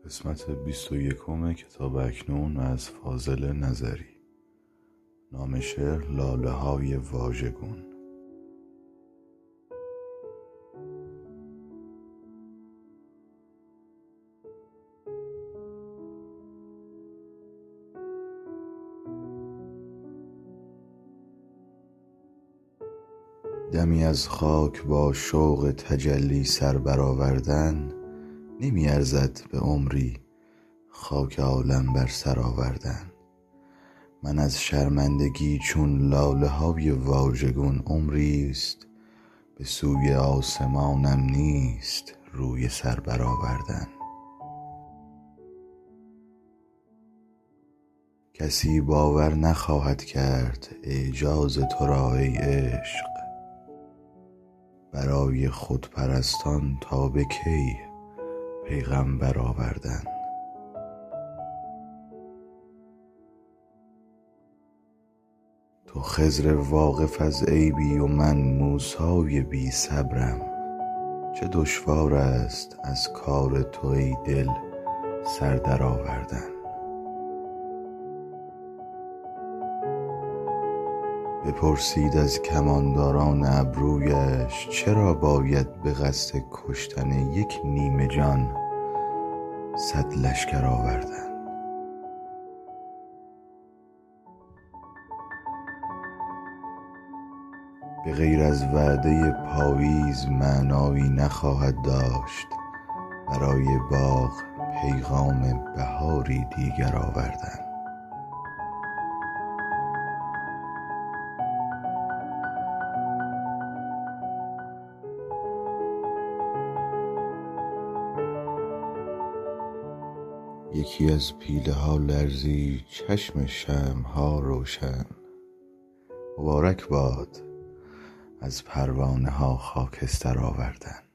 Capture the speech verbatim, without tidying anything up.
قسمت بیست و یکم کتاب اکنون از فاضل نظری. نام شعر لاله های واژگون. دمی از خاک با شوق تجلی سر برآوردن، نمی ارزد به عمری خاک عالم بر سر آوردن. من از شرمندگی چون لاله های واژگون، عمری است به سوی آسمانم نیست روی سر برآوردن. کسی باور نخواهد کرد اعجاز تو را ای عشق، برای خودپرستان تا به کی پیغمبر آوردن. تو خضر واقف از عیبی و من موسای بی صبرم، چه دشوار است از کار تو ای دل سر در آوردن. بپرسید از کمانداران ابرویش، چرا باید به قصد کشتن یک نیمه جان صد لشکر آوردن. به غیر از وعده پاییز معنایی نخواهد داشت برای باغ پیغام بهاری دیگر آوردن. یکی از پیله ها لرزید، چشم شمع ها روشن، مبارک باد از پروانه ها خاکستر آوردن.